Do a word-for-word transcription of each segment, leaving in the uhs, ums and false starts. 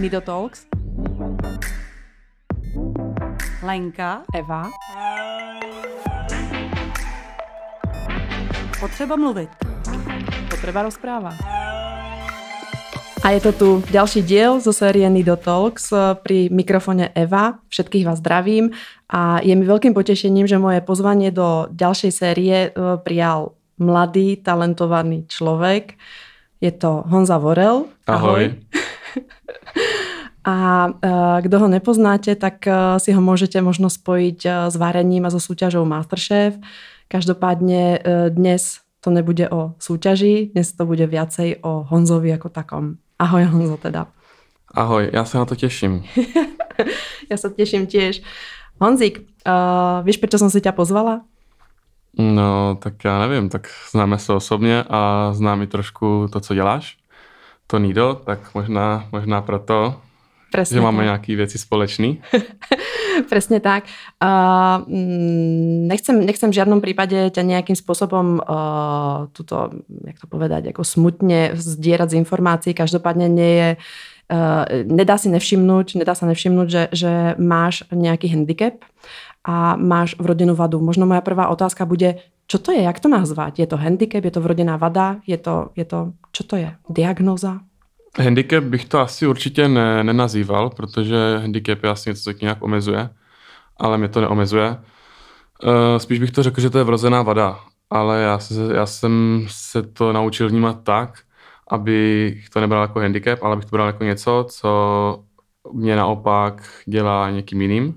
Nido Talks, Lenka, Eva. Potřeba mluvit. Potreba rozprávať. A je to tu ďalší diel zo série Nido Talks. Pri mikrofone Eva. Všetkých vás zdravím. A je mi veľkým potešením, že moje pozvanie do ďalšej série prijal mladý, talentovaný človek. Je to Honza Vorel. Ahoj. Ahoj. A kdo ho nepoznáte, tak si ho môžete možno spojiť s varením a so súťažou Masterchef. Každopádne dnes to nebude o súťaži, dnes to bude viacej o Honzovi ako takom. Ahoj Honzo teda. Ahoj, ja sa na to teším. Ja sa teším tiež. Honzík, uh, víš, prečo som si ťa pozvala? No, tak já nevím, tak známe se osobně a znám i trošku to, co děláš, to Nido, tak možná, možná proto, Presne že máme tak. Nějaké věci společné. Presne tak. Uh, nechcem, nechcem v žiadnom prípade ťa nejakým spôsobom uh, tuto, jak to povedať, ako smutne zdierať z informácií. Každopádne nie je, uh, nedá si nevšimnúť, nedá sa nevšimnúť, že, že máš nejaký handicap a máš vrodenú vadu. Možno moja prvá otázka bude, čo to je, jak to nazvať? Je to handicap, je to vrodená vada, je to, je to čo to je? Diagnóza? Handicap bych to asi určitě ne, nenazýval, protože handicap je asi něco, co nějak omezuje, ale mě to neomezuje. Uh, spíš bych to řekl, že to je vrozená vada, ale já, se, já jsem se to naučil vnímat tak, abych to nebral jako handicap, ale abych to bral jako něco, co mě naopak dělá někým jiným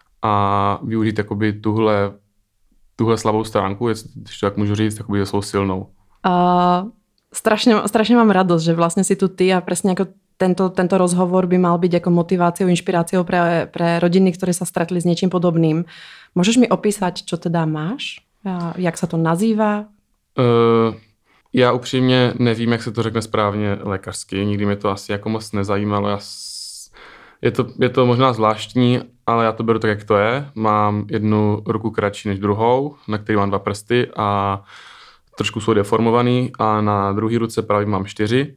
a využít jakoby tuhle, tuhle slabou stránku, když to tak můžu říct, jakoby svou silnou. Uh... Strašne, strašne mám radosť, že vlastne si tu ty a presne ako tento, tento rozhovor by mal byť ako motiváciou, inšpiráciou pre, pre rodiny, ktoré sa stretli s niečím podobným. Môžeš mi opísať, čo teda máš? A jak sa to nazýva? Uh, já upřímně nevím, jak se to řekne správně lékařsky. Nikdy mě to asi jako moc nezajímalo. Já s... je, to, je to možná zvláštní, ale já to beru tak, jak to je. Mám jednu ruku kratší než druhou, na který mám dva prsty a trošku jsou deformovaný a na druhé ruce právě mám čtyři.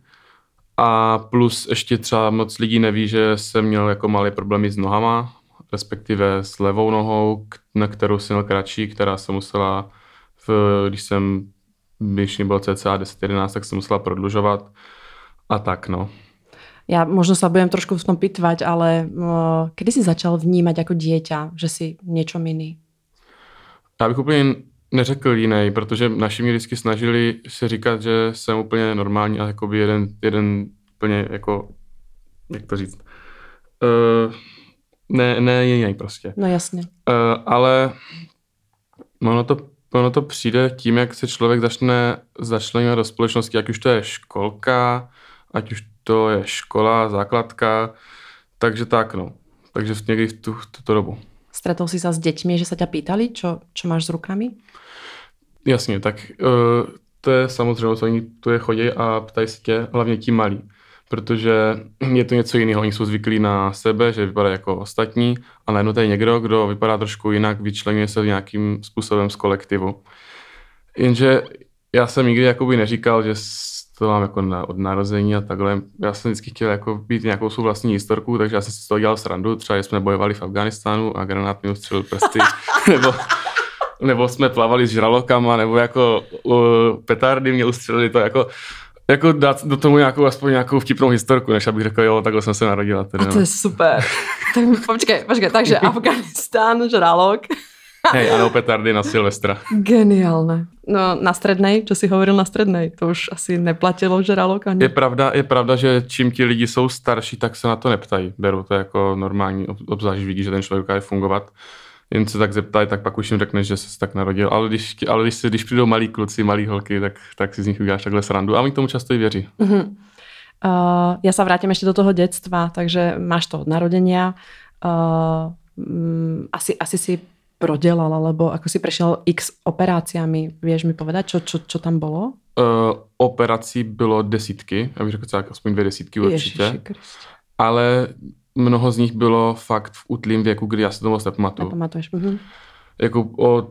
A plus ještě třeba moc lidí neví, že jsem měl jako malé problémy s nohama, respektive s levou nohou, na kterou jsem měl kratší, která se musela, v, když jsem když byl cca deset jedenáct, tak se musela prodlužovat a tak no. Ja možno sa budem trošku v tom pitvať, ale uh, kedy si začal vnímať ako dieťa, že si niečo iný? Já bych úplně neřekl jiný, protože naši mě vždycky snažili se říkat, že jsem úplně normální a jakoby jeden, jeden úplně jako, jak to říct, uh, ne, ne jiný prostě. No jasně. Uh, ale ono to, ono to přijde tím, jak se člověk začne začlenit do společnosti, ať už to je školka, ať už to je škola, základka, takže tak no. Takže někdy v tu, v tuto dobu. Stretol si sa s deťmi, že sa ťa pýtali, čo, čo máš s rukami? Jasně, tak uh, to je samozřejmě, oni tu je chodí a ptají se tě, hlavně ti malí, protože je to něco jiného, oni jsou zvyklí na sebe, že vypadají jako ostatní a najednou tady někdo, kdo vypadá trošku jinak, vyčleňuje se nějakým způsobem z kolektivu. Jenže já jsem nikdy jakoby neříkal, že to mám jako na, od narození a takhle. Já jsem vždycky chtěl jako být nějakou svou vlastní historku, takže já jsem si z toho dělal srandu. Třeba jsme bojovali v Afghánistánu a granát mi ustřelil prsty, nebo, nebo jsme plavali s žralokama, nebo jako uh, petardy mě ustřelili, to jako, jako dát do tomu nějakou, aspoň nějakou vtipnou historku, než abych řekl, jo, takhle jsem se narodila. Tedy, a to no. je super. Tak počkej, počkej, takže Afghánistán, žralok. Hej, ano, petardy na Silvestra. Geniálne. No na strednej, čo si hovoril na strednej, to už asi neplatilo žralok ani. Je pravda, je pravda, že čím ti lidi jsou starší, tak se na to neptají. Beru to jako normální, obzvlášť vidí, že ten člověk dokáže fungovat. Jen se tak zeptají, tak pak už jim řekneš, že jsi tak narodil. Ale když, ale když, si, když přijdou malí kluci, malí holky, tak, tak si z nich uděláš takhle srandu. A oni tomu často i věří. Uh-huh. Uh, ja sa vrátim ešte do toho detstva, takže máš to od narodenia. Uh, um, asi, asi si prodelal, alebo ako si prešiel x operáciami. Vieš mi povedať, čo, čo, čo tam bolo? Uh, operací bylo desítky, já bych řekl tak aspoň dvě desítky určitě. Ale mnoho z nich bylo fakt v útlým věku, kdy já si to moc nepamatuju. Nepamatuješ. Mhm. Jako od,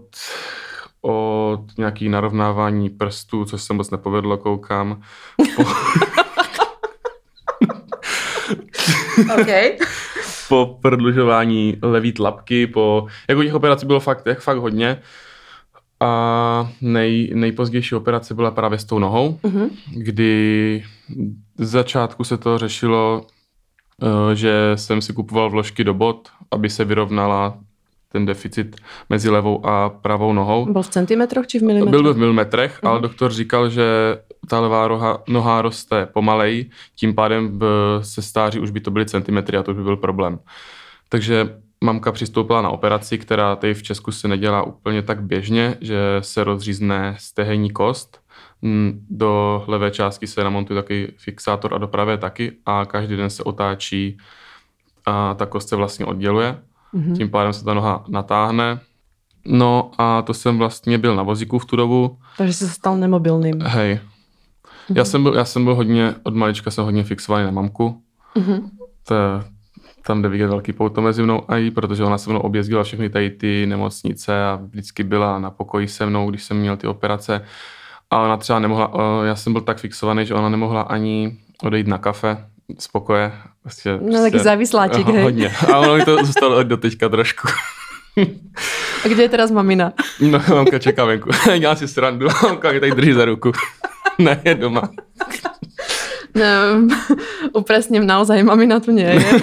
od nějaký narovnávání prstů, což se moc nepovedlo, koukám. Po... Okay. Po prodlužování levý tlapky, po... Jako těch operací bylo fakt, jak fakt hodně. A nej, nejpozdější operace byla právě s tou nohou, uh-huh. kdy z začátku se to řešilo, že jsem si kupoval vložky do bot, aby se vyrovnala ten deficit mezi levou a pravou nohou. Byl v centimetroch či v milimetrech? Byl v milimetrech, uh-huh. ale doktor říkal, že ta levá roha, noha roste pomaleji, tím pádem v, se stáří už by to byly centimetry a to už by byl problém. Takže mamka přistoupila na operaci, která tady v Česku se nedělá úplně tak běžně, že se rozřízne stehenní kost. Do levé části se namontuje takový fixátor a do pravé taky a každý den se otáčí a ta kost se vlastně odděluje. Mm-hmm. Tím pádem se ta noha natáhne. No a to jsem vlastně byl na vozíku v tu dobu. Takže jsi se stal nemobilným. Hej. Mm-hmm. Já jsem byl, já jsem byl hodně, od malička jsem hodně fixovaný na mamku. Mm-hmm. To tam jde vidět velký pouto mezi mnou a jí, protože ona se mnou objezdila všechny tady ty nemocnice a vždycky byla na pokoji se mnou, když jsem měl ty operace. A ona třeba nemohla, já jsem byl tak fixovaný, že ona nemohla ani odejít na kafe z pokoje. Vlastně, no taky závisláček, hej. Hodně. A ono mi to zůstalo do teďka trošku. A kde je teraz mamina? No, mamka čeká venku. Dělám si srandu, mamka mě tady drží za ruku. Ne, je doma. No, upresním, naozaj mamina tu nie je.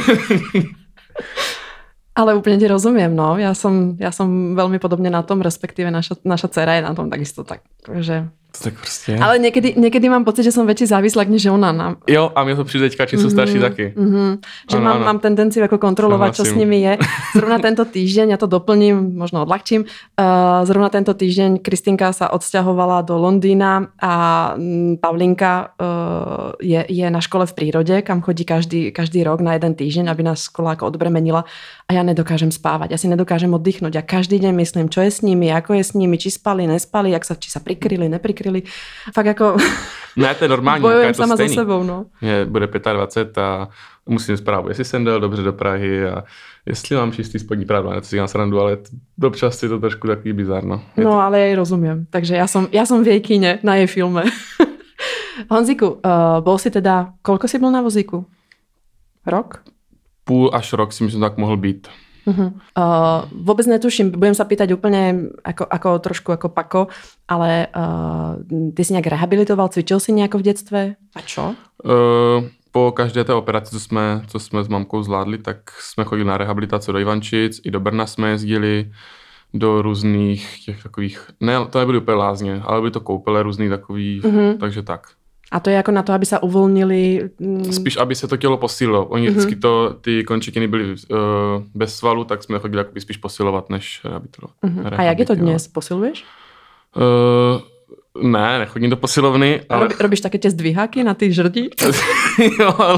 Ale úplne ti rozumiem, no. Ja som, ja som veľmi podobne na tom, respektíve naša, naša dcera je na tom takisto tak, že... Tak prostě. Ale někdy, někdy mám pocit, že jsem větší závislák, než ona. Na... Jo, a mě to přijde teďka, či jsou mm-hmm, starší taky. Mm-hmm. Že ano, mám, ano. mám tendenci jako kontrolovat, co s nimi je. Zrovna tento týždeň, ja to doplním, možno odľahčím, uh, zrovna tento týždeň Kristinka sa odsťahovala do Londýna a um, Pavlinka uh, je, je na škole v prírode, kam chodí každý, každý rok na jeden týždeň, aby nás škola ako odbremenila a ja nedokážem spávať, ja si nedokážem oddychnúť. Ja každý deň myslím, čo je s nimi, ako je s nimi, či spali, nespali, jak sa, či sa prikryli, neprikryli. Fakt jako... Ne, to je normální. Bojujem je to sama stejný. za sebou, no. Mě bude dvacet pět a musím zprávu, jestli jsem dal dobře do Prahy a jestli mám čistý spodní prádlo, ne, to si dělám srandu, ale občas je to trošku takový bizarno. No, to... ale ja jej rozumiem. Takže ja som, ja som v jej kine na jej filme. Honziku, uh, bol si teda, koľko si bol na vozíku? Rok? Půl až rok si myslím, tak mohl být. Uh-huh. Uh, vôbec netuším, budem sa pýtať úplne ako, ako trošku ako Pako, ale uh, ty si nejak rehabilitoval, cvičil si nejako v detstve? A čo? Uh, po každé té operaci, co jsme, co jsme s mamkou zvládli, tak jsme chodili na rehabilitaci do Ivančic, i do Brna jsme jezdili, do různých těch takových, ne, to nebyly úplně lázně, ale byly to koupele různých takových, uh-huh. takže tak. A to je jako na to, aby se uvolnili? Spíš, aby se to tělo posílilo. Oni mm-hmm. vždycky to, ty končetiny byly uh, bez svalu, tak jsme chodili jakoby spíš posilovat, než rehabilitovat. Mm-hmm. A jak je to dnes? Posiluješ? Uh, ne, nechodím do posilovny. Ale... Robí, robíš také tie zdviháky na ty žrdi? Jo, ale...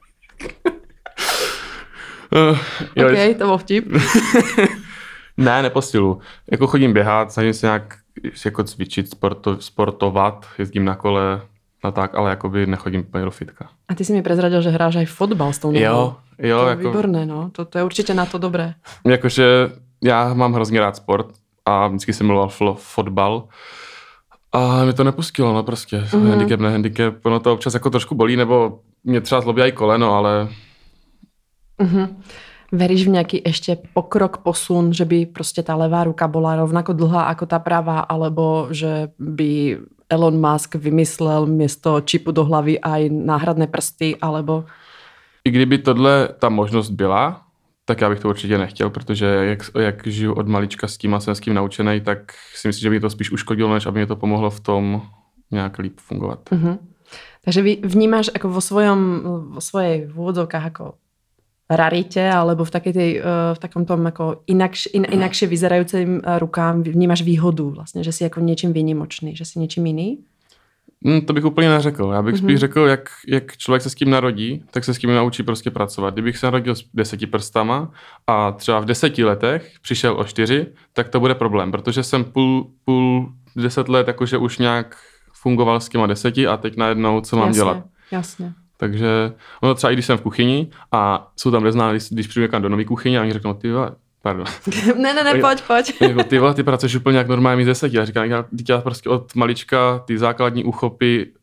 uh, jo, OK, to byl vtip. Ne, neposilu. Jako chodím běhat, snažím se nějak jako cvičit, sporto, sportovat, jezdím na kole, no tak, ale jakoby nechodím úplně do fitka. A ty si mi prezradil, že hráš aj fotbal s tou nohou. Jo, jo. To je jako... výborné, no. To, to je určitě na to dobré. Jakože já mám hrozně rád sport a vždycky jsem miloval fl- fotbal a mi to nepustilo, no prostě. Mm-hmm. Handicap, ne handicap, ono to občas jako trošku bolí, nebo mě třeba zlobí aj koleno, ale... Mm-hmm. Veríš v nejaký ešte pokrok, posun, že by proste tá levá ruka bola rovnako dlhá ako tá pravá, alebo že by Elon Musk vymyslel miesto čipu do hlavy aj náhradné prsty, alebo... I kdyby tohle ta možnost byla, tak já bych to určitě nechtěl, protože jak, jak žiju od malička s tím a jsem s tím naučený, tak si myslím, že by to spíš uškodilo, než aby mě to pomohlo v tom nějak líp fungovat. Uh-huh. Takže vy vnímáš ako vo svojom, vo svojej vôdzovkách ako rarite, alebo v, takej tej, v takom tom ako inakš, in, inakšie vyzerajúcim rukám vnímáš výhodu vlastně, že jsi jako něčím výnimočný, že jsi něčím jiný? Hmm, to bych úplně neřekl. Já bych mm-hmm. spíš řekl, jak, jak člověk se s tím narodí, tak se s tím naučí prostě pracovat. Kdybych se narodil s deseti prstama a třeba v deseti letech přišel o čtyři, tak to bude problém, protože jsem půl, půl deset let jakože už nějak fungoval s těma deseti a teď najednou co mám jasně, dělat. Jasně. Takže ono třeba i když jsem v kuchyni a jsou tam neznámí, když, když přijdu někam do nový kuchyně a oni řeknou, ty vole, pardon. ne, ne, ne, pojď, pojď. Jako, ty vole, ty pracuješ úplně jak normální z deseti. Já říkám, já, já prostě od malička ty základní uchopy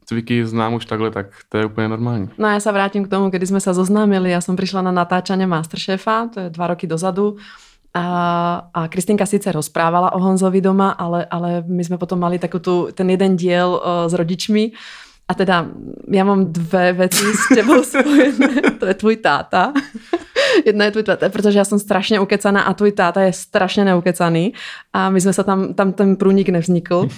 cviky znám už takhle, tak to je úplně normální. No a ja sa vrátim k tomu, kedy sme sa zoznámili. Ja som prišla na natáčanie Masterchefa, to je dva roky dozadu. A, a Kristýnka síce rozprávala o Honzovi doma, ale, ale my sme potom mali takú tu, ten jeden diel uh, s rodičmi. A teda ja mám dve veci s tebou spojené. To je tvoj táta. Jedna je tvoj táta, pretože ja som strašne ukecaná a tvoj táta je strašne neukecaný. A my sme sa tam, tam ten prúnik nevznikl.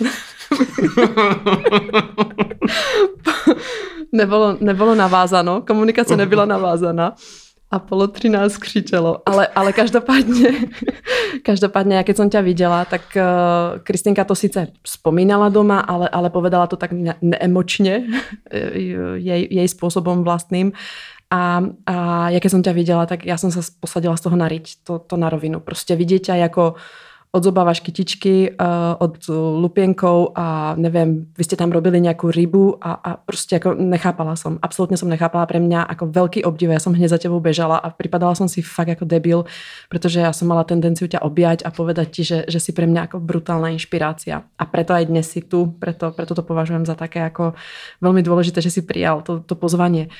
nebolo, nebolo navázano, komunikace nebyla navázaná. A polo trinásť křičelo. Ale, ale každopádne, každopádne, ja keď som ťa videla, tak uh, Kristýnka to síce spomínala doma, ale, ale povedala to tak ne- neemočne, jej, jej spôsobom vlastným. A, a ja keď som ťa videla, tak ja som sa posadila z toho na riť, to, to na rovinu. Proste vidieť ťa ako odzobávaš kytičky uh, od lupienkov a neviem, vy ste tam robili nejakú rybu a, a proste ako nechápala som. Absolútne som nechápala, pre mňa ako veľký obdiv. Ja som hneď za tebou bežala a pripadala som si fakt ako debil, pretože ja som mala tendenciu ťa objať a povedať ti, že, že si pre mňa ako brutálna inšpirácia. A preto aj dnes si tu, preto, preto to považujem za také ako veľmi dôležité, že si prijal to, to pozvanie.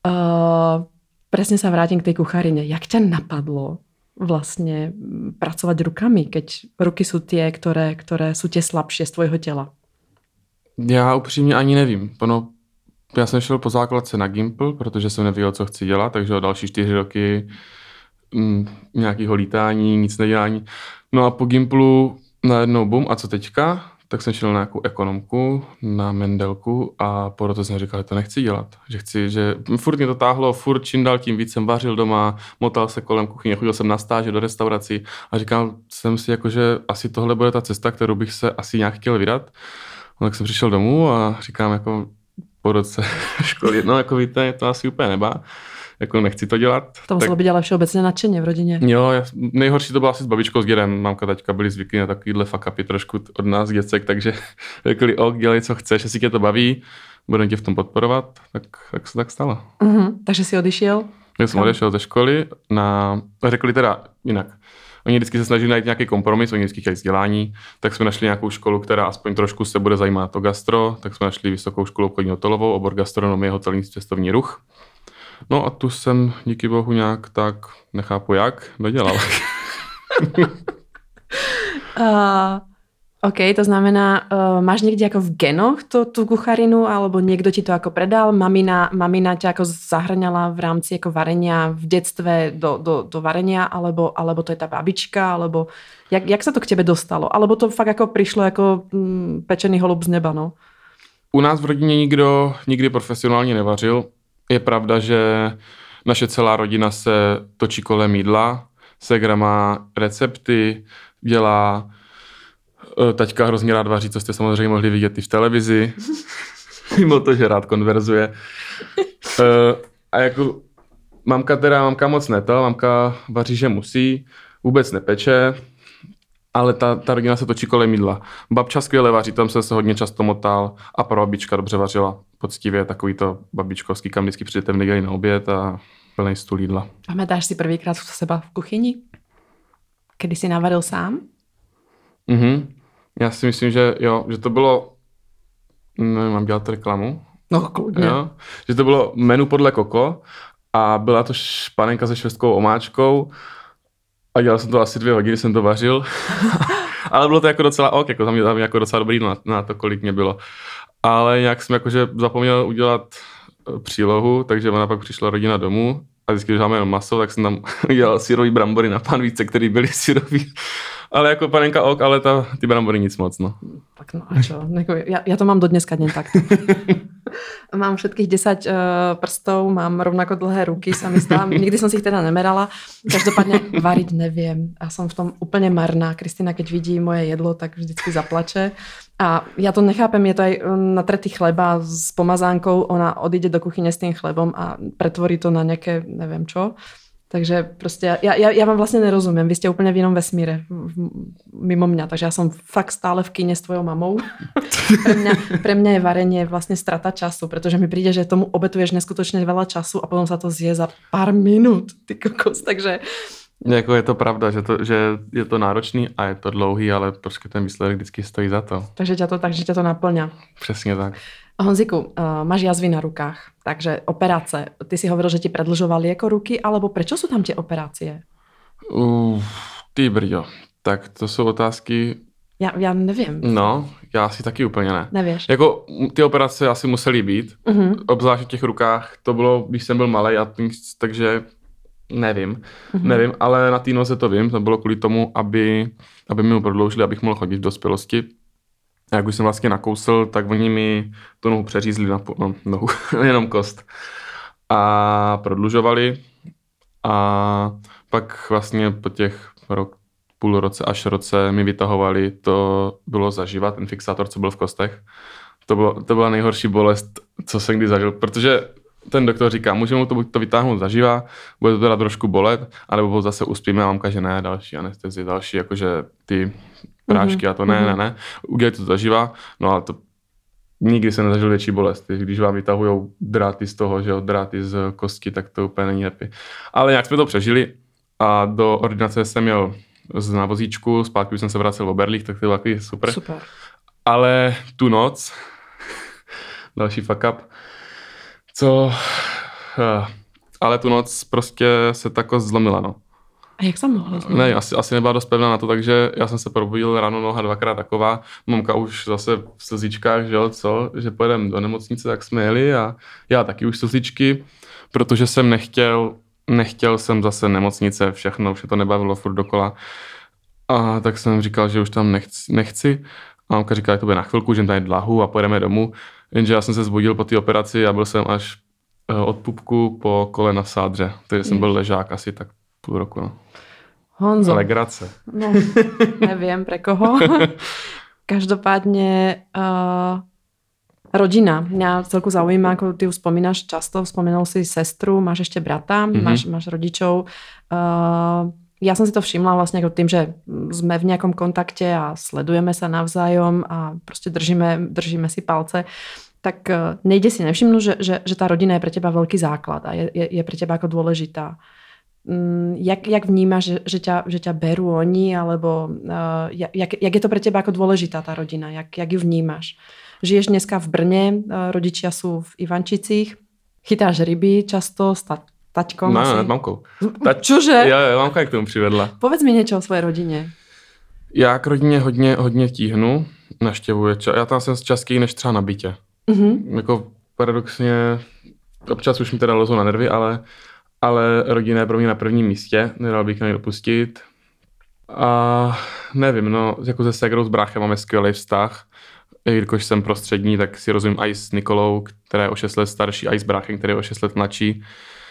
Uh, presne sa vrátim k tej kucharine. Jak ťa napadlo vlastne pracovať rukami, keď ruky sú tie, ktoré, ktoré sú tie slabšie z tvojho těla? Já upřímně ani nevím. Ono, já jsem šel po základce na Gimpl, protože jsem nevěděl, co chci dělat, takže o další čtyři roky m, nějakého lítání, nic nedělání. No a po Gimplu najednou bum, a co teďka? Tak jsem šel na nějakou ekonomku, na Mendelku a po roce jsem říkal, že to nechci dělat. Že chci, že furt mě to táhlo, furt čím dál tím víc jsem vařil doma, motal se kolem kuchyně, chodil jsem na stáže do restaurací a říkal jsem si, jako, že asi tohle bude ta cesta, kterou bych se asi nějak chtěl vydat. No, tak jsem přišel domů a říkám jako po roce školy, no jako víte, to asi úplně nebá. Jako nechci to dělat. To muselo být ale všeobecně nadšeně v rodině. Jo, já, nejhorší to bylo asi s babičkou, s dědem. Mamka, taťka byli zvyklí na takovýhle fuck upy trošku od nás děcek, takže řekli, ok, dělej, co chceš, jestli tě to baví, budeme tě v tom podporovat, tak, tak se tak stalo. Uh-huh. Takže jsi odešel? Já jsem odešel ze školy, na, řekli teda jinak. Oni vždycky se snaží najít nějaký kompromis, oni vždycky chtěli vzdělání, tak jsme našli nějakou školu, která aspoň trošku se bude zajímat o gastro, tak jsme našli Vysokou školu obchodní hotelovou, obor gastronomie, hotelní cestovní ruch. No a tu jsem díky bohu nějak tak, nechápu jak, dodělal. uh, OK, to znamená, uh, máš někde jako v genoch to, tu kucharinu, alebo někdo ti to jako predal? Mamina, mamina ťa jako zahrňala v rámci jako varenia v dětstve do, do, do varenia, alebo, alebo to je ta babička, alebo jak, jak se to k tebe dostalo? Alebo to fakt jako přišlo jako mm, pečený holub z neba, no? U nás v rodině nikdo nikdy profesionálně nevařil. Je pravda, že naše celá rodina se točí kolem jídla, ségra má recepty, dělá, taťka hrozně rád vaří, co jste samozřejmě mohli vidět i v televizi, mimo to, že rád konverzuje. A jako mamka teda, mamka moc ne to, mamka vaří, že musí, vůbec nepeče, ale ta, ta rodina se točí kolem jídla. Babča skvěle vaří, tam jsem se hodně často motal a prababička dobře vařila. Poctivě takový to babičkovský, kam vždycky přijdete v neděli na oběd a plný stůl jídla. Pamätáš si prvýkrát u seba v kuchyni? Kedy si navaril sám? Mhm. Já si myslím, že jo, že to bylo, nevím, mám dělat reklamu? No, kludně. Jo, že to bylo menu podle Koko a byla to panenka se švestkou omáčkou a dělal jsem to asi dvě hodiny, jsem to vařil. Ale bylo to jako docela ok, jako tam mě jako docela dobrý na, na to, kolik mě bylo. Ale nějak jsem jakože zapomněl udělat přílohu, takže ona pak přišla rodina domů a vždycky, když máme jenom maso, tak jsem tam udělal syrový brambory na panvíce, které byly syrový. Ale jako panenka ok, ale ta, ty brambory nic moc, no. Tak no a čo? Ja, ja to mám do dneska deň takto. Mám všetkých desať uh, prstov, mám rovnako dlhé ruky, sa mi zdá. Nikdy som si ich teda nemerala. Každopádne variť neviem. A som v tom úplne marná. Kristina, keď vidí moje jedlo, tak vždycky zaplače. A ja to nechápem, je to aj natretý chleba s pomazánkou. Ona odíde do kuchyne s tým chlebom a pretvorí to na nejaké, neviem čo. Takže prostě já, já, já vám vlastně nerozumím. Vy jste úplně v jinom vesmíre mimo mě, takže já jsem fakt stále v kyně s tvojou mamou. pre, mňa, pre mňa je varenie vlastně strata času, protože mi přijde, že tomu obetuješ neskutočně veľa času a potom se to zje za pár minut, ty kokos, takže... Jako je to pravda, že, to, že je to náročný a je to dlouhý, ale prostě ten výsledek vždycky stojí za to. Takže tě to, takže tě to naplňa. Přesně tak. Honziku, uh, máš jazvy na rukách, takže operace. Ty si hovoril, že ti predlžovali jako ruky, alebo prečo sú tam tie operácie? Uh, ty brďo, tak to jsou otázky... Já, já nevím. No, já si taky úplně ne. Nevíš. Jako ty operace asi musely být, uh-huh. obzvlášť v těch rukách, to bylo, když jsem byl malej, a tím, takže nevím, uh-huh. nevím, ale na té noze to vím, to bylo kvůli tomu, aby, aby mi ho prodloužili, abych mohl chodit v dospělosti. A jak už jsem vlastně nakousl, tak oni mi tu nohu přeřízli na no, nohu, jenom kost. A prodlužovali a pak vlastně po těch rok, půl roce až roce mi vytahovali, to bylo zaživa, ten fixátor, co byl v kostech. To, bylo, to byla nejhorší bolest, co jsem kdy zažil, protože ten doktor říká, můžeme to buď to vytáhnout zaživa, bude to teda trošku bolet, anebo zase uspíme a mamka, že ne, další anestezie, další, jakože ty prášky a to ne, ne, ne, udělej to zaživa, no ale to nikdy jsem nezažil větší bolest. Když vám vytahujou dráty z toho, že jo, dráty z kosti, tak to úplně není happy. Ale nějak jsme to přežili a do ordinace jsem jel z návozíčku, zpátky jsem se vracel v Oberlích, tak to bylo takový super. Super. Ale tu noc, další fuck up, co, ale tu noc prostě se tako zlomila, no. A jak jsem mohla zlomit? Ne, asi, asi nebyla dost pevná na to, takže já jsem se probudil ráno, noha dvakrát taková, mamka už zase v slzičkách, že jo, co, že pojedeme do nemocnice, tak jsme jeli a já taky už slzičky, protože jsem nechtěl, nechtěl jsem zase nemocnice, všechno, už to nebavilo furt dokola. A tak jsem říkal, že už tam nechci, nechci. A mamka říkala, že to bude na chvilku, že tady dlahu a pojedeme domů. Jenže já jsem se zbudil po té operaci a byl jsem až od pupku po kolena v sádře, takže jsem byl ležák asi tak půl roku, no. Honzo. Legrace. No, neviem pre koho. Každopádne uh, rodina. Mňa celku zaujíma, ako ty ju spomínaš často. Spomenul si sestru, máš ešte brata, mm-hmm. máš, máš rodičov. Uh, ja som si to všimla vlastne ako tým, že sme v nejakom kontakte a sledujeme sa navzájom a proste držíme, držíme si palce. Tak uh, nejde si nevšimnúť, že, že, že tá rodina je pre teba veľký základ a je, je, je pre teba ako dôležitá. Jak, jak vnímaš, že, že, ťa, že ťa berú oni, alebo uh, jak, jak je to pre teba ako dôležitá tá rodina? Jak, jak ju vnímaš? Žiješ dneska v Brne, uh, rodičia sú v Ivančicích, chytáš ryby často s ta, taťkom? No, ne, mamkou. Ta... Čože? Já, mamka k tomu přivedla. Povedz mi niečo o svojej rodine. Já k rodině hodně, hodně tíhnu, naštěvuji. Já tam jsem častěji než třeba na bytě. Mm-hmm. Jako paradoxně, občas už mi teda lezou na nervy, ale ale rodina je pro mě na prvním místě, nedal bych na něj dopustit. A nevím, no, jako se ségrou s bráchem máme skvělý vztah. I když jsem prostřední, tak si rozumím i s Nikolou, která je o šest let starší, i s bráchem, který je o šest let mladší.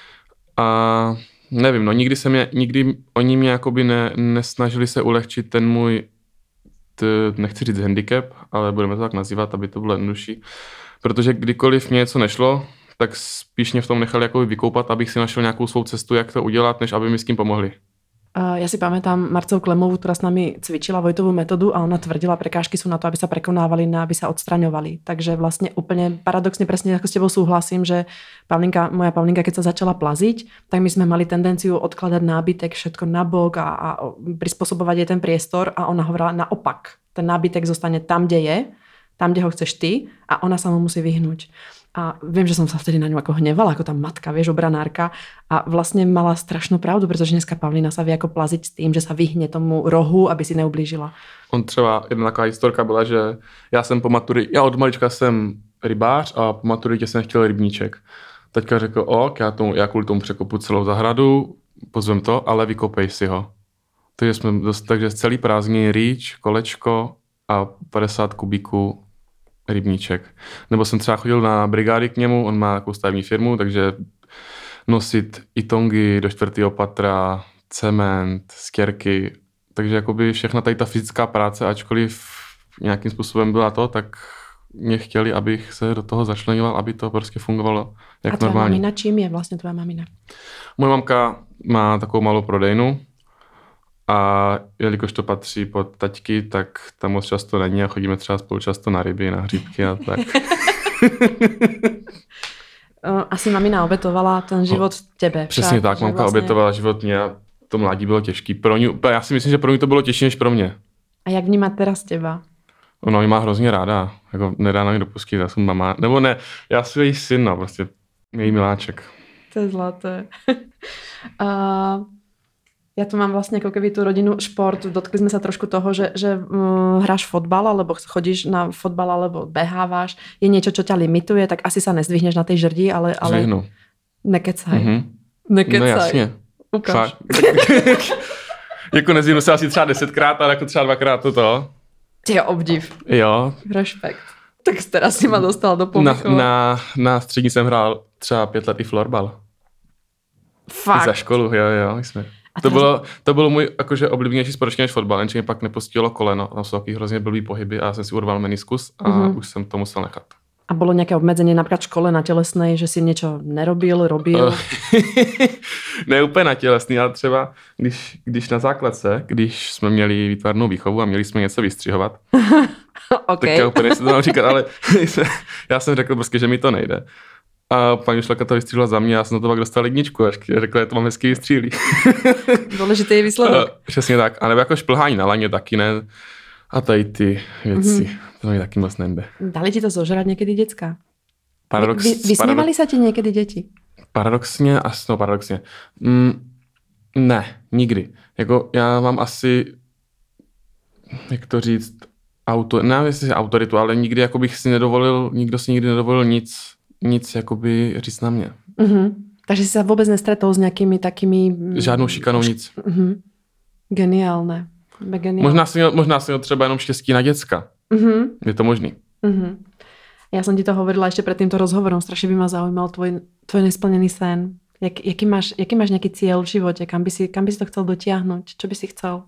A nevím, no, nikdy se mě, nikdy oni mě jakoby ne, nesnažili se ulehčit ten můj, t, nechci říct handicap, ale budeme to tak nazývat, aby to bylo jednodušší. Protože kdykoliv mě něco nešlo, tak spíš mě v tom nechali jako vykoupat, abych si našel nějakou svou cestu, jak to udělat, než aby mi s kým pomohli. Ja si pamätám Marcelu Klemovú, ktorá s nami cvičila Vojtovú metódu a ona tvrdila, prekážky sú na to, aby sa prekonávali, ne aby sa odstraňovali. Takže vlastne úplne paradoxne presne ako s tebou súhlasím, že Pavlinka, moja Pavlinka, keď sa začala plaziť, tak my sme mali tendenciu odkladať nábytek všetko na bok a, a prispôsobovať jej ten priestor a ona hovorila naopak. Ten nábytek zostane tam, kde je, tam, kde ho chceš ty a ona sa mu musí vyhnúť. A viem, že som sa vtedy na ňu ako hnevala, ako tá matka, vieš, obranárka. A vlastne mala strašnú pravdu, pretože dneska Pavlína sa vie ako plaziť s tým, že sa vyhne tomu rohu, aby si neublížila. On třeba, jedna taková historka byla, že já jsem po maturitě, já od malička jsem rybář a po maturitě jsem chtěl rybníček. Teďka řekl, ok, já, tomu, já kvůli tomu překopu celou zahradu, pozvem to, ale vykopej si ho. Takže jsme dost, takže celý prázdniny rýč, kolečko a padesát kubíků rybníček. Nebo jsem třeba chodil na brigády k němu, on má takovou stavební firmu, takže nosit i tongy do čtvrtého patra, cement, stěrky, takže jakoby všechna tady ta fyzická práce, ačkoliv nějakým způsobem byla to, tak mě chtěli, abych se do toho začlenoval, aby to prostě fungovalo jak a tvoja normálně. mamina, čím je vlastně tvoja mamina? Moje mamka má takovou malou prodejnu a jelikož to patří pod taťky, tak tam moc často není a chodíme třeba spolu často na ryby, na hříbky a tak. Asi mamina obetovala ten život no, tebe. Přesně však, tak, mamka vlastně... obětovala život mě a to mládí bylo těžký. Pro ní, já si myslím, že pro ní to bylo těžší než pro mě. A jak vnímat teraz teba? Ona mi má hrozně ráda, jako nedá na mě dopustit, já jsem mama, nebo ne, já jsem její syn, no, prostě její miláček. To je zlaté. uh, ja tu mám vlastne ako keby tú rodinu šport, dotkli sme sa trošku toho, že, že um, hráš fotbal, alebo chodíš na fotbal, alebo behávaš, je niečo, čo ťa limituje, tak asi sa nezdvihneš na tej žrdi, ale... ale... Zvihnu. Nekecaj. Mm-hmm. Nekecaj. No jasně. Ukáž. Jako nezvihnu se asi třeba desetkrát, ale jako třeba dvakrát to to. Ty obdiv. Jo. Respekt. Tak teraz si ma dostal do pomichova. Na, na, na střední jsem hrál třeba pět let i florbal. Fakt. I za školu, jo, jo. Jsme. To, teraz... bylo, to bylo můj jakože oblíbenější sport než fotbal, jenže mě pak nepostihlo koleno. Tam jsou takový hrozně blbý pohyby a já jsem si urval meniskus a uh-huh. už jsem to musel nechat. A bolo nejaké obmedzenie napríklad v škole na telesnej, že si niečo nerobil, robil? Ne úplně na tělesný, ale třeba když, když na základce, když jsme měli výtvarnou výchovu a měli jsme něco vystřihovat, okay. tak já úplně se to mám říkat, ale já jsem řekl prostě, že mi to nejde. A paní učitelka to vystříhla za mě, já jsem na to pak dostal jedničku, až řekla, že to mám hezky vystříhlý. Důležitý je výsledek. Přesně tak, a nebo jako šplhání na laně taky ne. A tady ty věci, mm-hmm. to mi taky moc nejde. Dali ti to zožrať niekedy decka? Paradox, Vy, vysmievali paradox, sa ti niekedy deti? Paradoxně, asi no paradoxně. Mm, ne, nikdy. Jako já mám asi, jak to říct, auto, nevím, jestli autoritu, ale nikdy jako bych si nedovolil, nikdo si nikdy nedovolil nic, nic jakoby říct na mě. Mm-hmm. Takže si sa vôbec nestretol s nejakými takými... Žádnou šikanou, nic. Mm-hmm. Geniálne. Geniálne. Možná si měl, možná si měl třeba jenom štěstí na děcka. Mm-hmm. Je to možný. Mm-hmm. Ja som ti to hovorila ešte pred týmto rozhovorom. Strašne by ma zaujímal tvoj, tvoj nesplnený sen. Jak, jaký, máš, jaký máš nejaký cieľ v živote? Kam by, si, kam by si to chcel dotiahnuť? Čo by si chcel?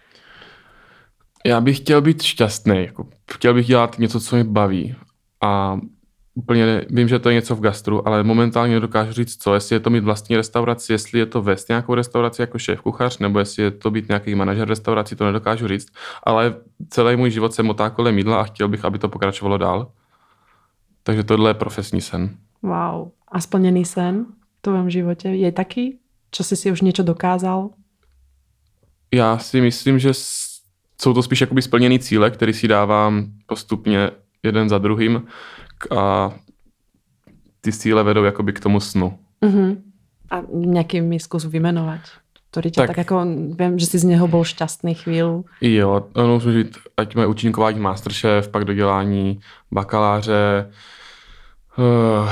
Já bych chtěl být šťastný. Jako, chtěl bych dělat něco, co mě baví. A úplně ne, vím, že to je něco v gastru, ale momentálně nedokážu říct co. Jestli je to mít vlastní restauraci, jestli je to vést nějakou restauraci jako šéf kuchař, nebo jestli je to být nějaký manažer restaurací, to nedokážu říct. Ale celý můj život se motá kolem jídla a chtěl bych, aby to pokračovalo dál. Takže tohle je profesní sen. Wow. A splnený sen v tvojom živote je taký? Čo si si už niečo dokázal? Já si myslím, že jsou to spíš jakoby splněný cíle, který si dávám postupně jeden za druhým a ty cíle vedou jakoby k tomu snu. Uh-huh. A nejaký mi skús vymenovať, ktorý ťa tak, tak ako, viem, že si z neho bol šťastný chvíľu. Jo, ono musí být, ať moje účinkování Masterchef, pak dodělání bakaláře, uh,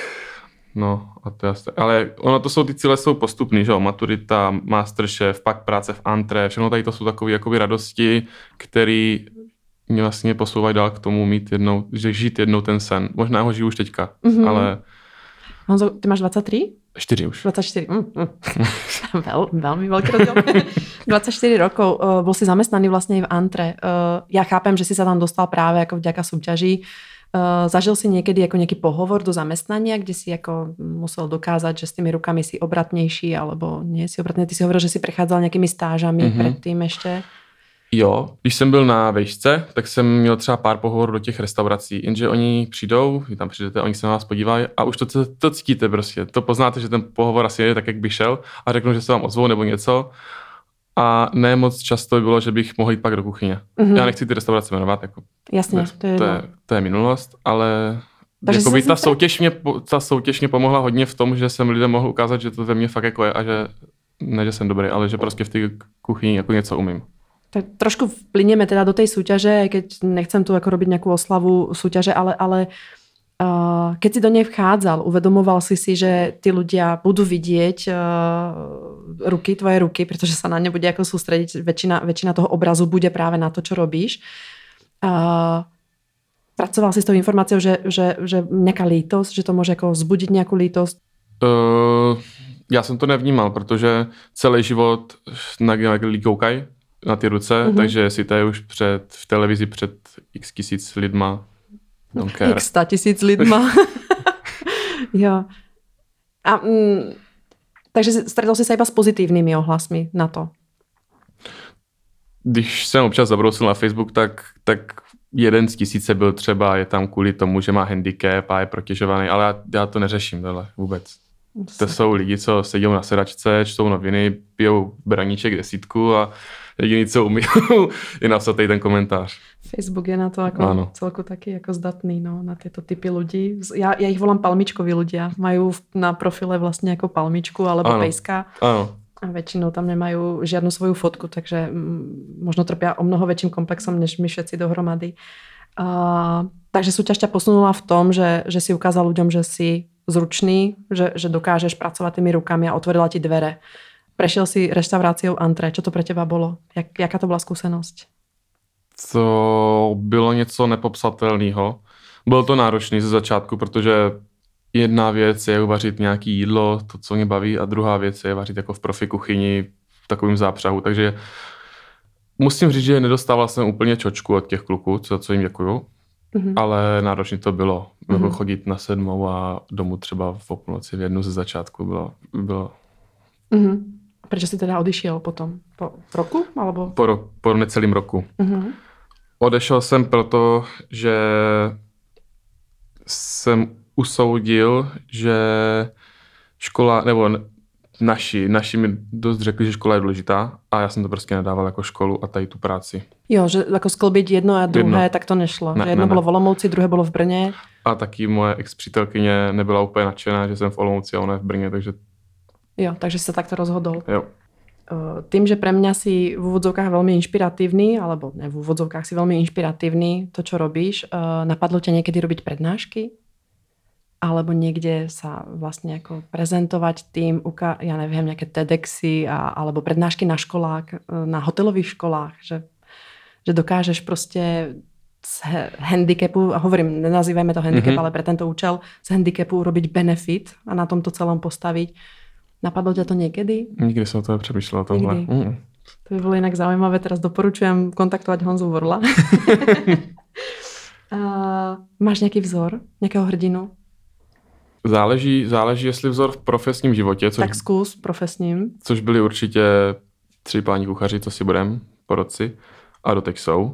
no a to jasné. Ale ono to jsou, ty cíle jsou postupný, že jo, maturita, Masterchef, pak práce v antré, všechno tady to jsou takové jakoby radosti, který mě vlastně posouvají dál k tomu mít jednou, že žít jednou ten sen. Možná ho žiju už teďka, mm-hmm. ale... Honzo, ty máš dvadsaťtri? štyri už. dvadsaťštyri. Mm, mm. Veľ, veľmi veľký rozdiel. dvadsaťštyri rokov. Uh, bol si zamestnaný vlastne aj v antre. Uh, ja chápem, že si sa tam dostal práve ako vďaka súťaží. Uh, zažil si niekedy ako nejaký pohovor do zamestnania, kde si ako musel dokázať, že s tými rukami si obratnejší, alebo nie si obratný. Ty si hovoril, že si prechádzal nejakými stážami mm-hmm. predtým ešte. Jo, když jsem byl na vejšce, tak jsem měl třeba pár pohovorů do těch restaurací, jenže oni přijdou, vy tam přijdete, oni se na vás podívají a už to, to cítíte prostě. To poznáte, že ten pohovor asi je tak, jak by šel a řeknou, že se vám ozvou nebo něco. A ne moc často by bylo, že bych mohl jít pak do kuchyně. Mm-hmm. Já nechci ty restaurace jmenovat, jako jasně, to je, to je, to je minulost, ale jakoby ta, soutěž mě, ta soutěž mě pomohla hodně v tom, že jsem lidem mohl ukázat, že to ve mně fakt jako je a že ne, že jsem dobrý, ale že prostě v té kuchyni jako něco umím. Tak trošku vplynieme teda do tej súťaže, keď nechcem tu ako robiť nejakú oslavu súťaže, ale, ale uh, keď si do nej vchádzal, uvedomoval si si, že tí ľudia budú vidieť uh, ruky, tvoje ruky, pretože sa na ne bude ako sústrediť, väčšina, väčšina toho obrazu bude práve na to, čo robíš. Uh, pracoval si s tou informáciou, že, že, že nejaká lítosť, že to môže ako vzbudiť nejakú lítosť? Uh, já jsem to nevnímal, protože celý život na lidi koukají na ty ruce, mm-hmm. takže si to je už před, v televizi před x tisíc lidma. Don't care. X sta tisíc lidma. Jo. A, mm, takže stretol si sa iba s pozitívnymi ohlasmi na to? Když jsem občas zabrousil na Facebook, tak, tak jeden z tisíce byl třeba, je tam kvůli tomu, že má handicap a je protěžovaný, ale já, já to neřeším tohle vůbec. To jsou lidi, co sedí na sedačce, čtou noviny, pijou braníček desítku a jediný, co umí, je napsat tady ten komentář. Facebook je na to ako ano. celku taký ako zdatný, no, na tieto typy ľudí. Ja, ja ich volám palmičkoví ľudia. Majú na profile vlastne ako palmičku alebo ano. pejska. Áno. A väčšinou tam nemajú žiadnu svoju fotku, takže možno trpia o mnoho väčším komplexom, než my všetci dohromady. Uh, takže súťaž ťa posunula v tom, že, že si ukázal ľuďom, že si zručný, že, že dokážeš pracovať tými rukami a otvorila ti dvere. Prešiel si reštauráciou Antre. Čo to pre teba bolo? Jak, jaká to byla skúsenosť? To bylo něco nepopsatelného. Bylo to náročné ze začátku, protože jedna věc je uvařit nějaký jídlo, to, co mě baví, a druhá věc je vařit jako v profi kuchyni v takovém zápřahu. Takže musím říct, že nedostával jsem úplně čočku od těch kluků, co, co jim děkuju, mm-hmm. ale náročně to bylo. Mm-hmm. Chodit na sedmou a domů třeba v půlnoci v jednu ze začátku bylo... bylo... Mm-hmm. Proč jsi teda odišel potom? Po roku? Alebo... Po, ro- po necelým roku. Mm-hmm. Odešel jsem proto, že jsem usoudil, že škola, nebo naši, naši mi dost řekli, že škola je důležitá a já jsem to prostě nedával jako školu a tady tu práci. Jo, že jako skloubit jedno a druhé, jedno. Tak to nešlo. Ne, že jedno ne, bylo v Olomouci, druhé bylo v Brně. A taky moje ex-přítelkyně nebyla úplně nadšená, že jsem v Olomouci a ona je v Brně, takže... Jo, takže si sa takto rozhodol. Jo. Tým, že pre mňa si v úvodzovkách veľmi inšpiratívny, alebo ne, v úvodzovkách si veľmi inšpiratívny, to, čo robíš, napadlo ťa niekedy robiť prednášky? Alebo niekde sa vlastne ako prezentovať tým, uka- ja neviem, nejaké TEDxy a, alebo prednášky na školách, na hotelových školách, že, že dokážeš proste z handicapu, a hovorím, nenazývajme to handicap, mm-hmm. ale pre tento účel z handicapu urobiť benefit a na tomto celom postaviť. Napadlo ťa to niekedy? Nikdy som to nepřemýšľal o tomhle. Mm. To by bolo inak zaujímavé. Teraz doporučujem kontaktovať Honzu Vorla. uh, máš nejaký vzor? Nejakého hrdinu? Záleží, záleží, jestli vzor v profesním životě. Což, tak zkus profesním. Což byli určitě tři páni kuchaři, co si budem, porodci. A doteď jsou.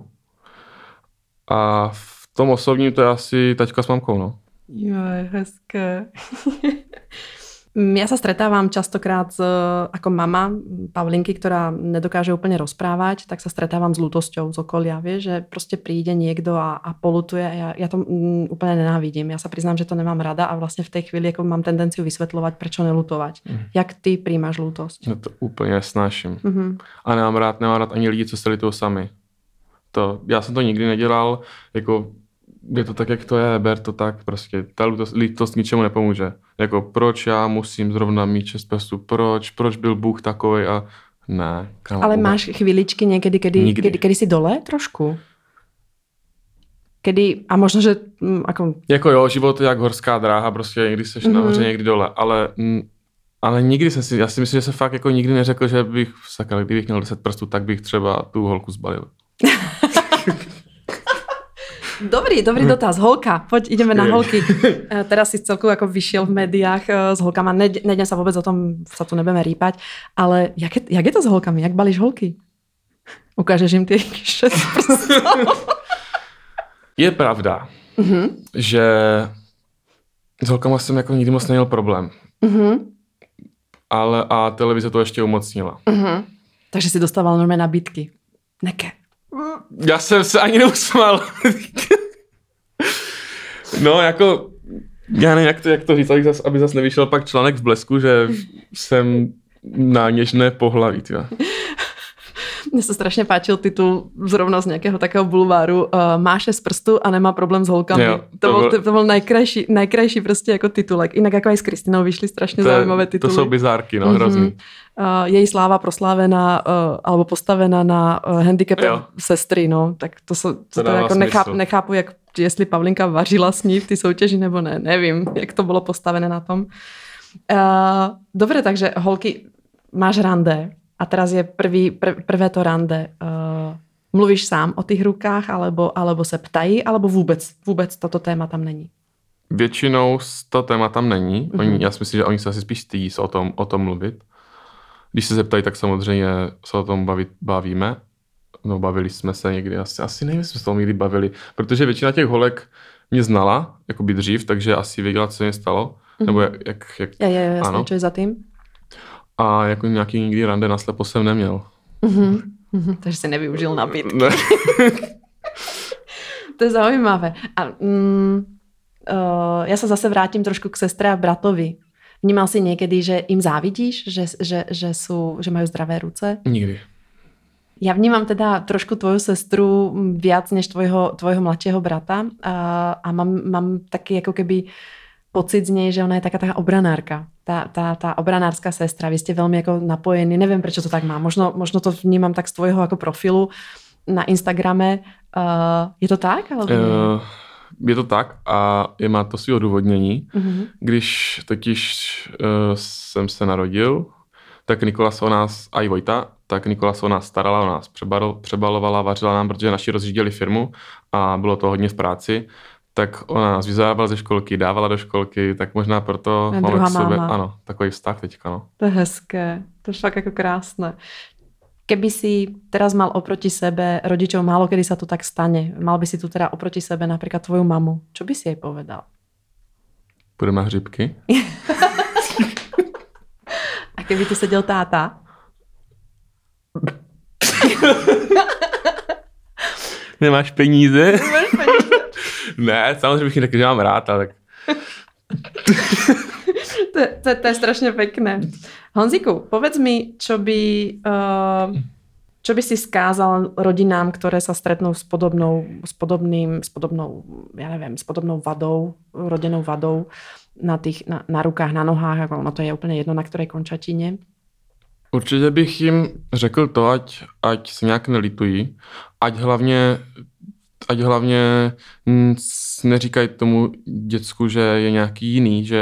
A v tom osobním to je asi taťka s mamkou, no. Jo, hezké. Ja sa stretávam častokrát s, ako mama Pavlinky, ktorá nedokáže úplne rozprávať, tak sa stretávam s ľútosťou z okolia, vieš, že proste príde niekto a, a polutuje a ja, ja to mm, úplne nenávidím. Ja sa priznám, že to nemám rada a vlastne v tej chvíli ako mám tendenciu vysvetľovať, prečo nelutovať. Mm. Jak ty príjmaš ľútosť? No to úplně snáším. Mm-hmm. A nemám rád, nemám rád ani lidi, co se litují sami. To, já jsem to nikdy nedělal, jako je to tak, jak to je, ber to tak, prostě ta lítost, lítost ničemu nepomůže. Jako proč já musím zrovna mít šest prstů, proč, proč byl Bůh takovej a ne. Ale vůbec. Máš chvíličky někdy, kedy, kedy, kedy si dole trošku? Kedy, a možno, že... M, ako... Jako jo, život je jak horská dráha, prostě někdy seš mm-hmm. nahoře, někdy dole, ale, m, ale nikdy jsem si, já si myslím, že jsem fakt jako nikdy neřekl, že bych, sakra, kdybych měl deset prstů, tak bych třeba tu holku zbalil. Dobrý, dobrý dotaz. Holka, poď, ideme na holky. Teraz si celku ako vyšiel v médiách s holkama. Nejdem sa vôbec o tom, sa tu nebudeme rýpať, ale jak je, jak je to s holkami? Jak balíš holky? Ukážeš im tie šesť prstov? Je pravda, uh-huh. že s holkama jsem jako nikdy moc neměl problém. Uh-huh. Ale a televize to ještě umocnila. Uh-huh. Takže si dostával normálne nabídky. Neké. Já jsem se ani neusmál. No, jako, já nevím, jak to, jak to říct, aby zas, aby zas nevyšel pak článek v Blesku, že jsem na něžné pohlaví. Tyva. Mne sa strašne páčil titul zrovna z nejakého takého bulváru uh, Má šesť prstů a nemá problém s holkami. Jo, to, to, bol, bol... to bol najkrajší, najkrajší prostě jako titulek. Inak ako aj s Kristinou vyšli strašne to, zaujímavé tituly. To sú bizárky, no, hrozný. Mm-hmm. Uh, jej sláva proslávená uh, alebo postavená na uh, handicape jo. sestry, no. Tak to, so, to, to, to jako necháp, nechápu, jak, jestli Pavlinka vařila s ní v té soutěži, nebo ne. Nevím, jak to bylo postavené na tom. Uh, dobre, takže holky, máš rande. A teraz je prvý, pr- prvé to rande. Uh, mluvíš sám o těch rukách, alebo, alebo se ptají, alebo vůbec, vůbec toto téma tam není? Většinou to téma tam není. Oni, mm-hmm. Já si myslím, že oni se asi spíš stydí o tom, o tom mluvit. Když se zeptají, tak samozřejmě se o tom bavit, bavíme. No, bavili jsme se někdy, asi, asi nevím, jestli jsme se o tom někdy bavili, protože většina těch holek mě znala, jako by dřív, takže asi věděla, co mě stalo. Mm-hmm. Nebo jak... jak, jak je, je, jasně, čo je za tým? A jako nějaký nikdy rande naslepo jsem neměl. Mm-hmm. Takže si nevyužil nabídky. Ne. To je zaujímavé. A mm, uh, ja sa zase vrátim trošku k sestre a bratovi. Vnímal si niekedy, že im závidíš, že, že, že, sú, že majú zdravé ruce? Nikdy. Ja vnímam teda trošku tvoju sestru viac než tvojho, tvojho mladšieho brata a, a mám, mám taký ako keby pocit z nej, že ona je taká taká obranárka. Tá, tá, tá obranárska sestra. Vy ste veľmi ako napojení. Neviem, prečo to tak má. Možno, možno to vnímam tak z tvojho ako profilu na Instagrame. Uh, je to tak? Alebo uh, je to tak a je, má to svý odůvodnění. Uh-huh. Když totiž uh, jsem se narodil, tak Nikola se o nás, a i Vojta, tak Nikola se o nás starala, o nás přebal, přebalovala, vařila nám, protože naši rozřídili firmu a bylo to hodně v práci. Tak ona nás vyzávala ze školky, dávala do školky, tak možná proto máme k sobě, ano, takový vztah teďka. No. To je hezké, to je fakt jako krásné. Keby si teraz mal oproti sebe rodičov, málo kedy sa to tak stane, mal by si tu teda oproti sebe napríklad tvoju mamu, čo by si jej povedal? Půjdeme na hřibky. A keby tu seděl táta? Nemáš peníze? Nemáš peníze? Ne, samozřejmě bych řekl, že mám rád, ale tak... to, to, to je strašne pekné. Honziku, povedz mi, čo by, uh, čo by si skázal rodinám, ktoré sa stretnú s podobnou, s podobným, s podobnou, ja neviem, s podobnou vadou, rodenou vadou na, tých, na, na rukách, na nohách, ako ono to je úplne jedno, na ktorej končatině. Určitě bych jim řekl to, ať, ať se nějak nelitují, ať hlavně, ať hlavně neříkají tomu děcku, že je nějaký jiný, že,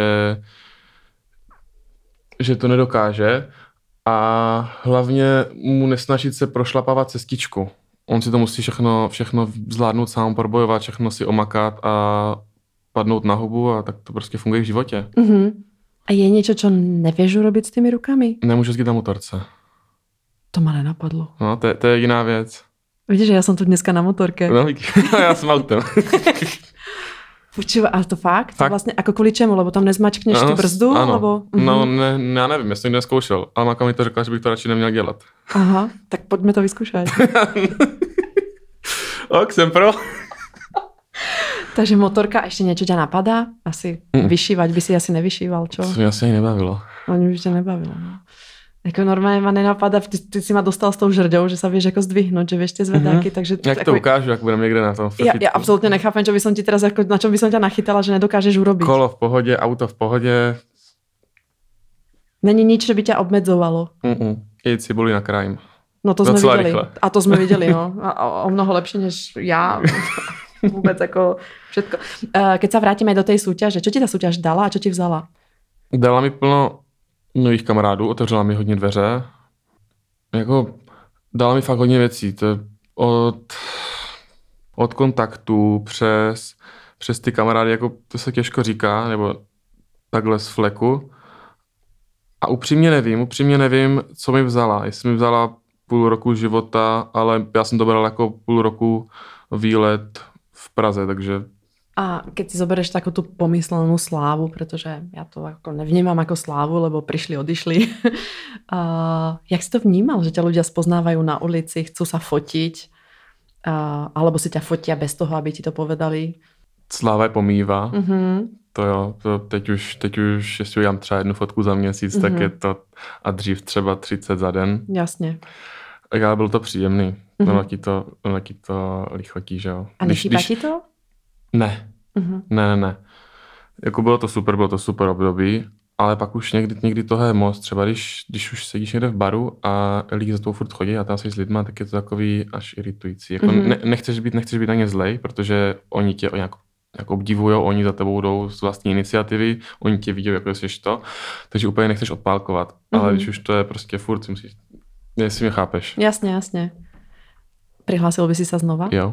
že to nedokáže a hlavně mu nesnažit se prošlapávat cestičku. On si to musí všechno, všechno zvládnout sám, probojovat, všechno si omakat a padnout na hubu a tak to prostě funguje v životě. Mm-hmm. A je niečo, čo nevieš urobiť s tými rukami? Nemůžu jezdit na motorce. To ma nenapadlo. No, to, to je jiná věc. Vidíš, že ja som tu dneska na motorke. No, já jsem autem. Počúva, ale to fakt? fakt? Vlastne ako kvôli čemu? Lebo tam nezmačkneš ano, tú brzdu? Ano. Lebo, uh-huh. No, ne, já nevím, já jsem to neskoušel. Ale máka mi to řekla, že bych to radši neměl dělat. Aha, tak poďme to vyskúšať. Ok, jsem pro. Takže motorka, ešte niečo ťa napadá? Asi mm. vyšívať by si asi nevyšíval, čo? To mě asi ani nebavilo. Ani by ťa nebavilo, no. Jako normálne ma nenapadá, ty, ty si ma dostal s tou žrďou, že sa vieš ako zdvihnúť, že vieš tie zvedáky, mm-hmm. takže... Jak to ako... ukážu, jak budem niekde na tom ja, ja absolútne nechápem, čo by som ti teraz, ako, na čom by som ťa nachytala, že nedokážeš urobiť. Kolo v pohodě, auto v pohodě. Není nič, čo by ťa obmedzovalo. Mm-mm. Jeď cibuli na krajím. No to sme videli. Rychle. A to sme videli, no. A o mnoho lepšie než ja. Vôbec ako všetko. Keď sa vrátime do tej súťaže, čo ti ta súťaž dala a čo ti vzala? Dala mi plno nových kamarádů, otevřela mi hodně dveře. Jako dala mi fakt hodně věcí. To od, od kontaktu přes, přes ty kamarády, jako to se těžko říká, nebo takhle z fleku. A upřímně nevím, upřímně nevím, co mi vzala. Jestli mi vzala půl roku života, ale já jsem to bral jako půl roku výlet v Praze, takže... A keď si zoberieš takú tú pomyslenú slávu, pretože ja to ako nevnímam ako slávu, lebo prišli, odišli. uh, jak si to vnímal, že ťa ľudia spoznávajú na ulici, chcú sa fotiť, uh, alebo si ťa fotia bez toho, aby ti to povedali? Sláva je pomývá. Uh-huh. To jo, to teď už, teď už, jestli udělám třeba jednu fotku za měsíc, uh-huh. tak je to a dřív třeba třicet za den. Jasně. Ale bylo to příjemný. Uh-huh. No, taky to, taky to lichotí, že jo. A nechýba ti to? Ne. Uh-huh. Ne, ne, ne. Jako bylo to super, bylo to super období, ale pak už někdy, někdy toho je moc. Třeba když, když už sedíš někde v baru a lidi za tou furt chodí a tam jsi s lidma, tak je to takový až iritující. Jako uh-huh. ne, nechceš být, nechceš být ani zlej, protože oni tě nějak jako obdivujou, oni za tebou jdou z vlastní iniciativy, oni tě vidí, jako jsi to, takže úplně nechceš odpálkovat. Uh-huh. Ale když už to je prostě furt, si musíš, jestli mě chápeš. Jasně, jasně. Prihlásil by si sa znova? Jo.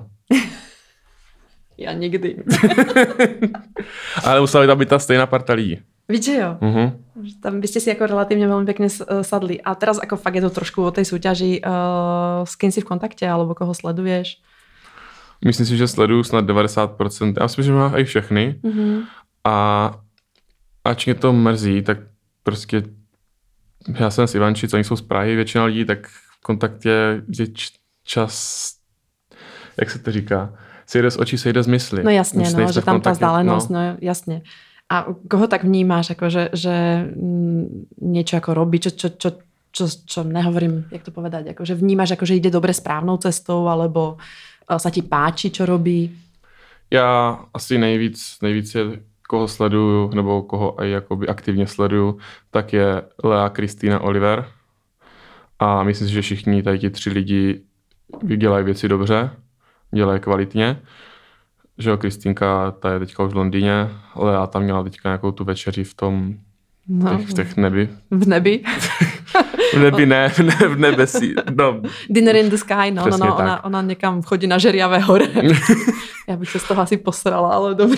Já nikdy. Ale musela by tam být ta stejná parta lidí. Víš, že jo? Uh-huh. Tam byste si jako relativně velmi pěkně sadli. A teraz jako fakt je to trošku o tej súťaži. Uh, s kým si v kontakte, alebo koho sleduješ? Myslím si, že sleduju snad devadesát procent. Já myslím, že mám i všechny. Uh-huh. A ač mě to mrzí, tak prostě já jsem z Ivančic, oni jsou z Prahy, většina lidí, tak v kontaktě, že čas, jak se to říká, sejde z očí, sejde z mysli. No jasně, no, že tam ta vzdálenosť, no. no jasně. A koho tak vnímáš, jako že, že niečo ako robí, čo, čo, čo, čo, čo nehovorím, jak to povedať, jako, že vnímáš, jako, že ide dobre správnou cestou, alebo sa ti páči, čo robí? Já asi nejvíc, nejvíc je, koho sleduju, nebo koho aj jakoby aktivně sleduju, tak je Lea Kristýna Oliver. A myslím si, že všichni tady ti tři lidi dělají věci dobře, dělají kvalitně. Že jo, Kristýnka, ta je teďka už v Londýně, Lea tam měla teďka nějakou tu večeři v tom, no, těch, v těch nebi. V nebi? v nebi ne, v, ne, v nebesí. No. Dinner in the sky, no, no, no ona, ona někam chodí na Žeriavé hore. Já bych se z toho asi posrala, ale dobře.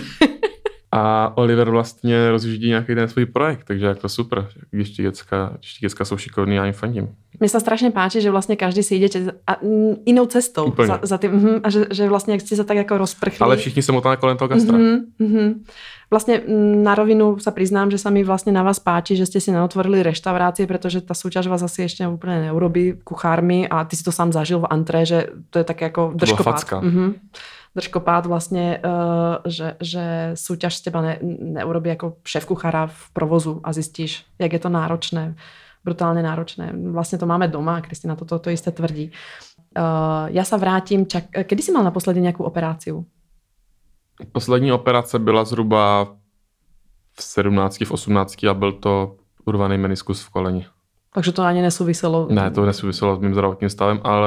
A Oliver vlastně rozjíždí nějaký ten svůj projekt, takže jako super, když ti děcka, když ti děcka jsou šikovní, já jim fandím. Mně se strašně páči, že vlastně každý si jdete jinou cestou za, za tím, uh-huh, a že, že vlastně jak jste se tak jako rozprchli. Ale všichni se motáme kolem toho gastra. Uh-huh, uh-huh. Vlastně na rovinu sa priznám, že sa mi vlastně na vás páči, že ste si neotvorili reštaurácie, protože ta súťaž vás asi ještě úplně neurobí kuchármi a ty si to sám zažil v antré, že to je tak jako držkopád. Uh-huh. Držkopád vlastně, uh, že, že súťaž z teba ne, neurobí jako šéf kuchára v provozu a zistíš, jak je to náročné, brutálně náročné. Vlastně to máme doma, Kristina to, to, to jisté tvrdí. Uh, já sa vrátim, čak, kedy si mal naposledy nějakou operáciu? Poslední operace byla zhruba v sedmnácti, v osmnácti a byl to urvaný meniskus v koleni. Takže to ani nesouviselo? Ne, to nesouviselo s mým zdravotním stavem, ale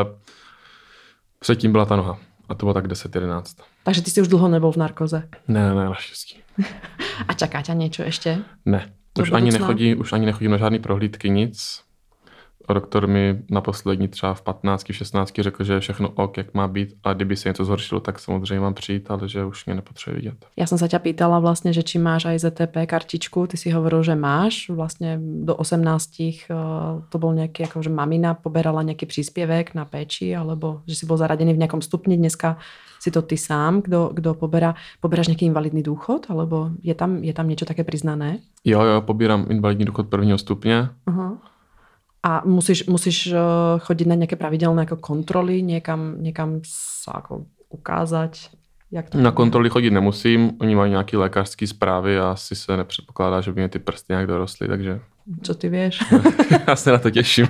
předtím byla ta noha. A to bylo tak deset jedenáct. Takže ty si už dlho nebol v narkoze? Ne, ne, naštěstí. A čaká ťa niečo ešte? Ne, už ani, nechodí, už ani nechodím na žádný prohlídky, nic. Doktor mi na poslední třeba v patnácti, v šestnácti řekl, že je všechno ok, jak má být a kdyby se něco zhoršilo, tak samozřejmě mám přijít, ale že už mě nepotřebuje vidět. Ja som sa ťa pýtala vlastne, že či máš aj zet té pé kartičku, ty si hovoril, že máš. Vlastne do osemnástich to bol nejaký, akože mamina poberala nejaký príspevek na péči, alebo že si bol zaradený v nejakom stupni, dneska si to ty sám, kdo, kdo pobera. Poberáš nejaký invalidný důchod, alebo je tam, je tam niečo také priznané? Jo, jo, pobírám invalidní důchod prvního stupně. Uh-huh. A musíš, musíš chodiť na nejaké pravidelné ako kontroly, niekam, niekam sa ako ukázať? Jak to na kontroly chodit nemusím, oni mají nějaké lékařské zprávy a asi se nepředpokládá, že by mě ty prsty nějak dorostly, takže... Co ty vieš? Já se na to těším.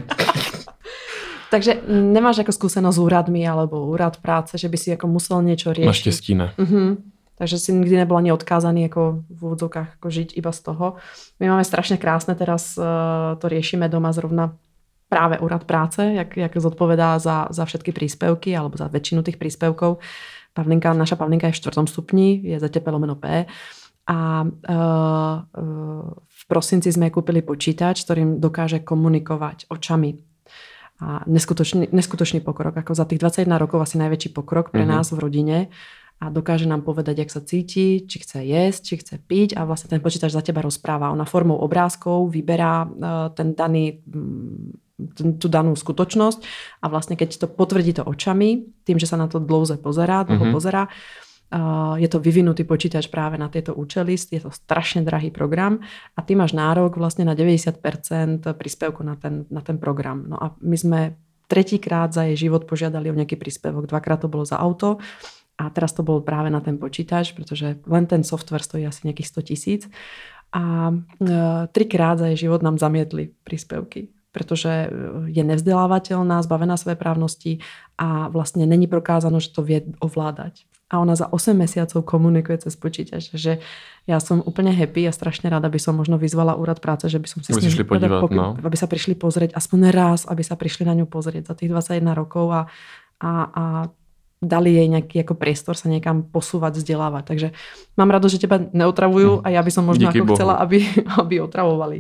Takže nemáš jako skúsenosť s úradmi alebo úrad práce, že by si jako musel niečo riešiť? Naštěstí ne. Uh-huh. Takže si nikdy nebol ani odkázaný jako v úvodzovkách jako žiť iba z toho. My máme strašne krásne, teraz uh, to riešime doma zrovna práve úrad práce, jak, jak zodpovedá za, za všetky príspevky alebo za väčšinu tých príspevkov. Pavlinka, naša Pavlinka je v štvrtom stupni, je zet té pé lomeno P. A uh, uh, v prosinci sme kúpili počítač, ktorým dokáže komunikovať očami. A neskutočný, neskutočný pokrok. Ako za tých dvadsaťjeden rokov asi najväčší pokrok pre mm-hmm. nás v rodine. A dokáže nám povedať, jak sa cíti, či chce jesť, či chce piť a vlastne ten počítač za teba rozpráva. Ona formou obrázkov vyberá uh, ten daný, ten, tú danú skutočnosť a vlastne keď to potvrdí to očami, tým, že sa na to dlouze pozerá, dlho mm-hmm. pozerá, uh, je to vyvinutý počítač práve na tieto účely, je to strašne drahý program a ty máš nárok vlastne na deväťdesiat percent príspevku na ten, na ten program. No a my sme tretíkrát za jej život požiadali o nejaký príspevok, dvakrát to bolo za auto. A teraz to bol práve na ten počítač, pretože len ten software stojí asi nejakých sto tisíc. A e, trikrát za jej život nám zamietli príspevky, pretože je nevzdelávateľná, zbavená svoje právnosti a vlastne není prokázané, že to vie ovládať. A ona za osem mesiacov komunikuje cez počítač. Takže ja som úplne happy a strašne rada by som možno vyzvala úrad práce, že by som si s nimi podívať, poky- no. aby sa prišli pozrieť aspoň raz, aby sa prišli na ňu pozrieť za tých dvadsaťjeden rokov a, a, a dali jej nejaký ako priestor sa niekam posúvať, vzdelávať. Takže mám rado, že teba neotravujú a ja by som možno Díky ako Bohu. chcela, aby, aby otravovali.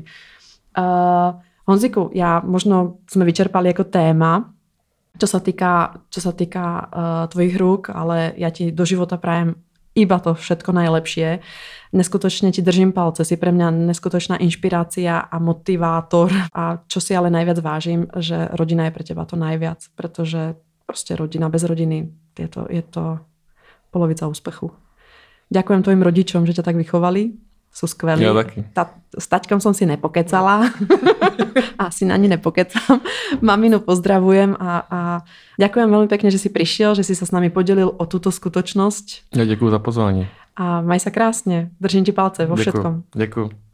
Uh, Honziku, ja možno sme vyčerpali ako téma, čo sa týka, čo sa týka uh, tvojich rúk, ale ja ti do života prajem iba to všetko najlepšie. Neskutočne ti držím palce, si pre mňa neskutočná inšpirácia a motivátor. A čo si ale najviac vážim, že rodina je pre teba to najviac, pretože proste rodina bez rodiny je to, je to polovica úspechu. Ďakujem tvojim rodičom, že ťa tak vychovali. sú skvelí. Ja taky. Ta, s taťkom som si nepokecala. Asi na ni nepokecam. Maminu pozdravujem a, a ďakujem veľmi pekne, že si prišiel, že si sa s nami podelil o túto skutočnosť. Ja ďakujem za pozvanie. A maj sa krásne. Držím ti palce vo všetkom. Ďakujem.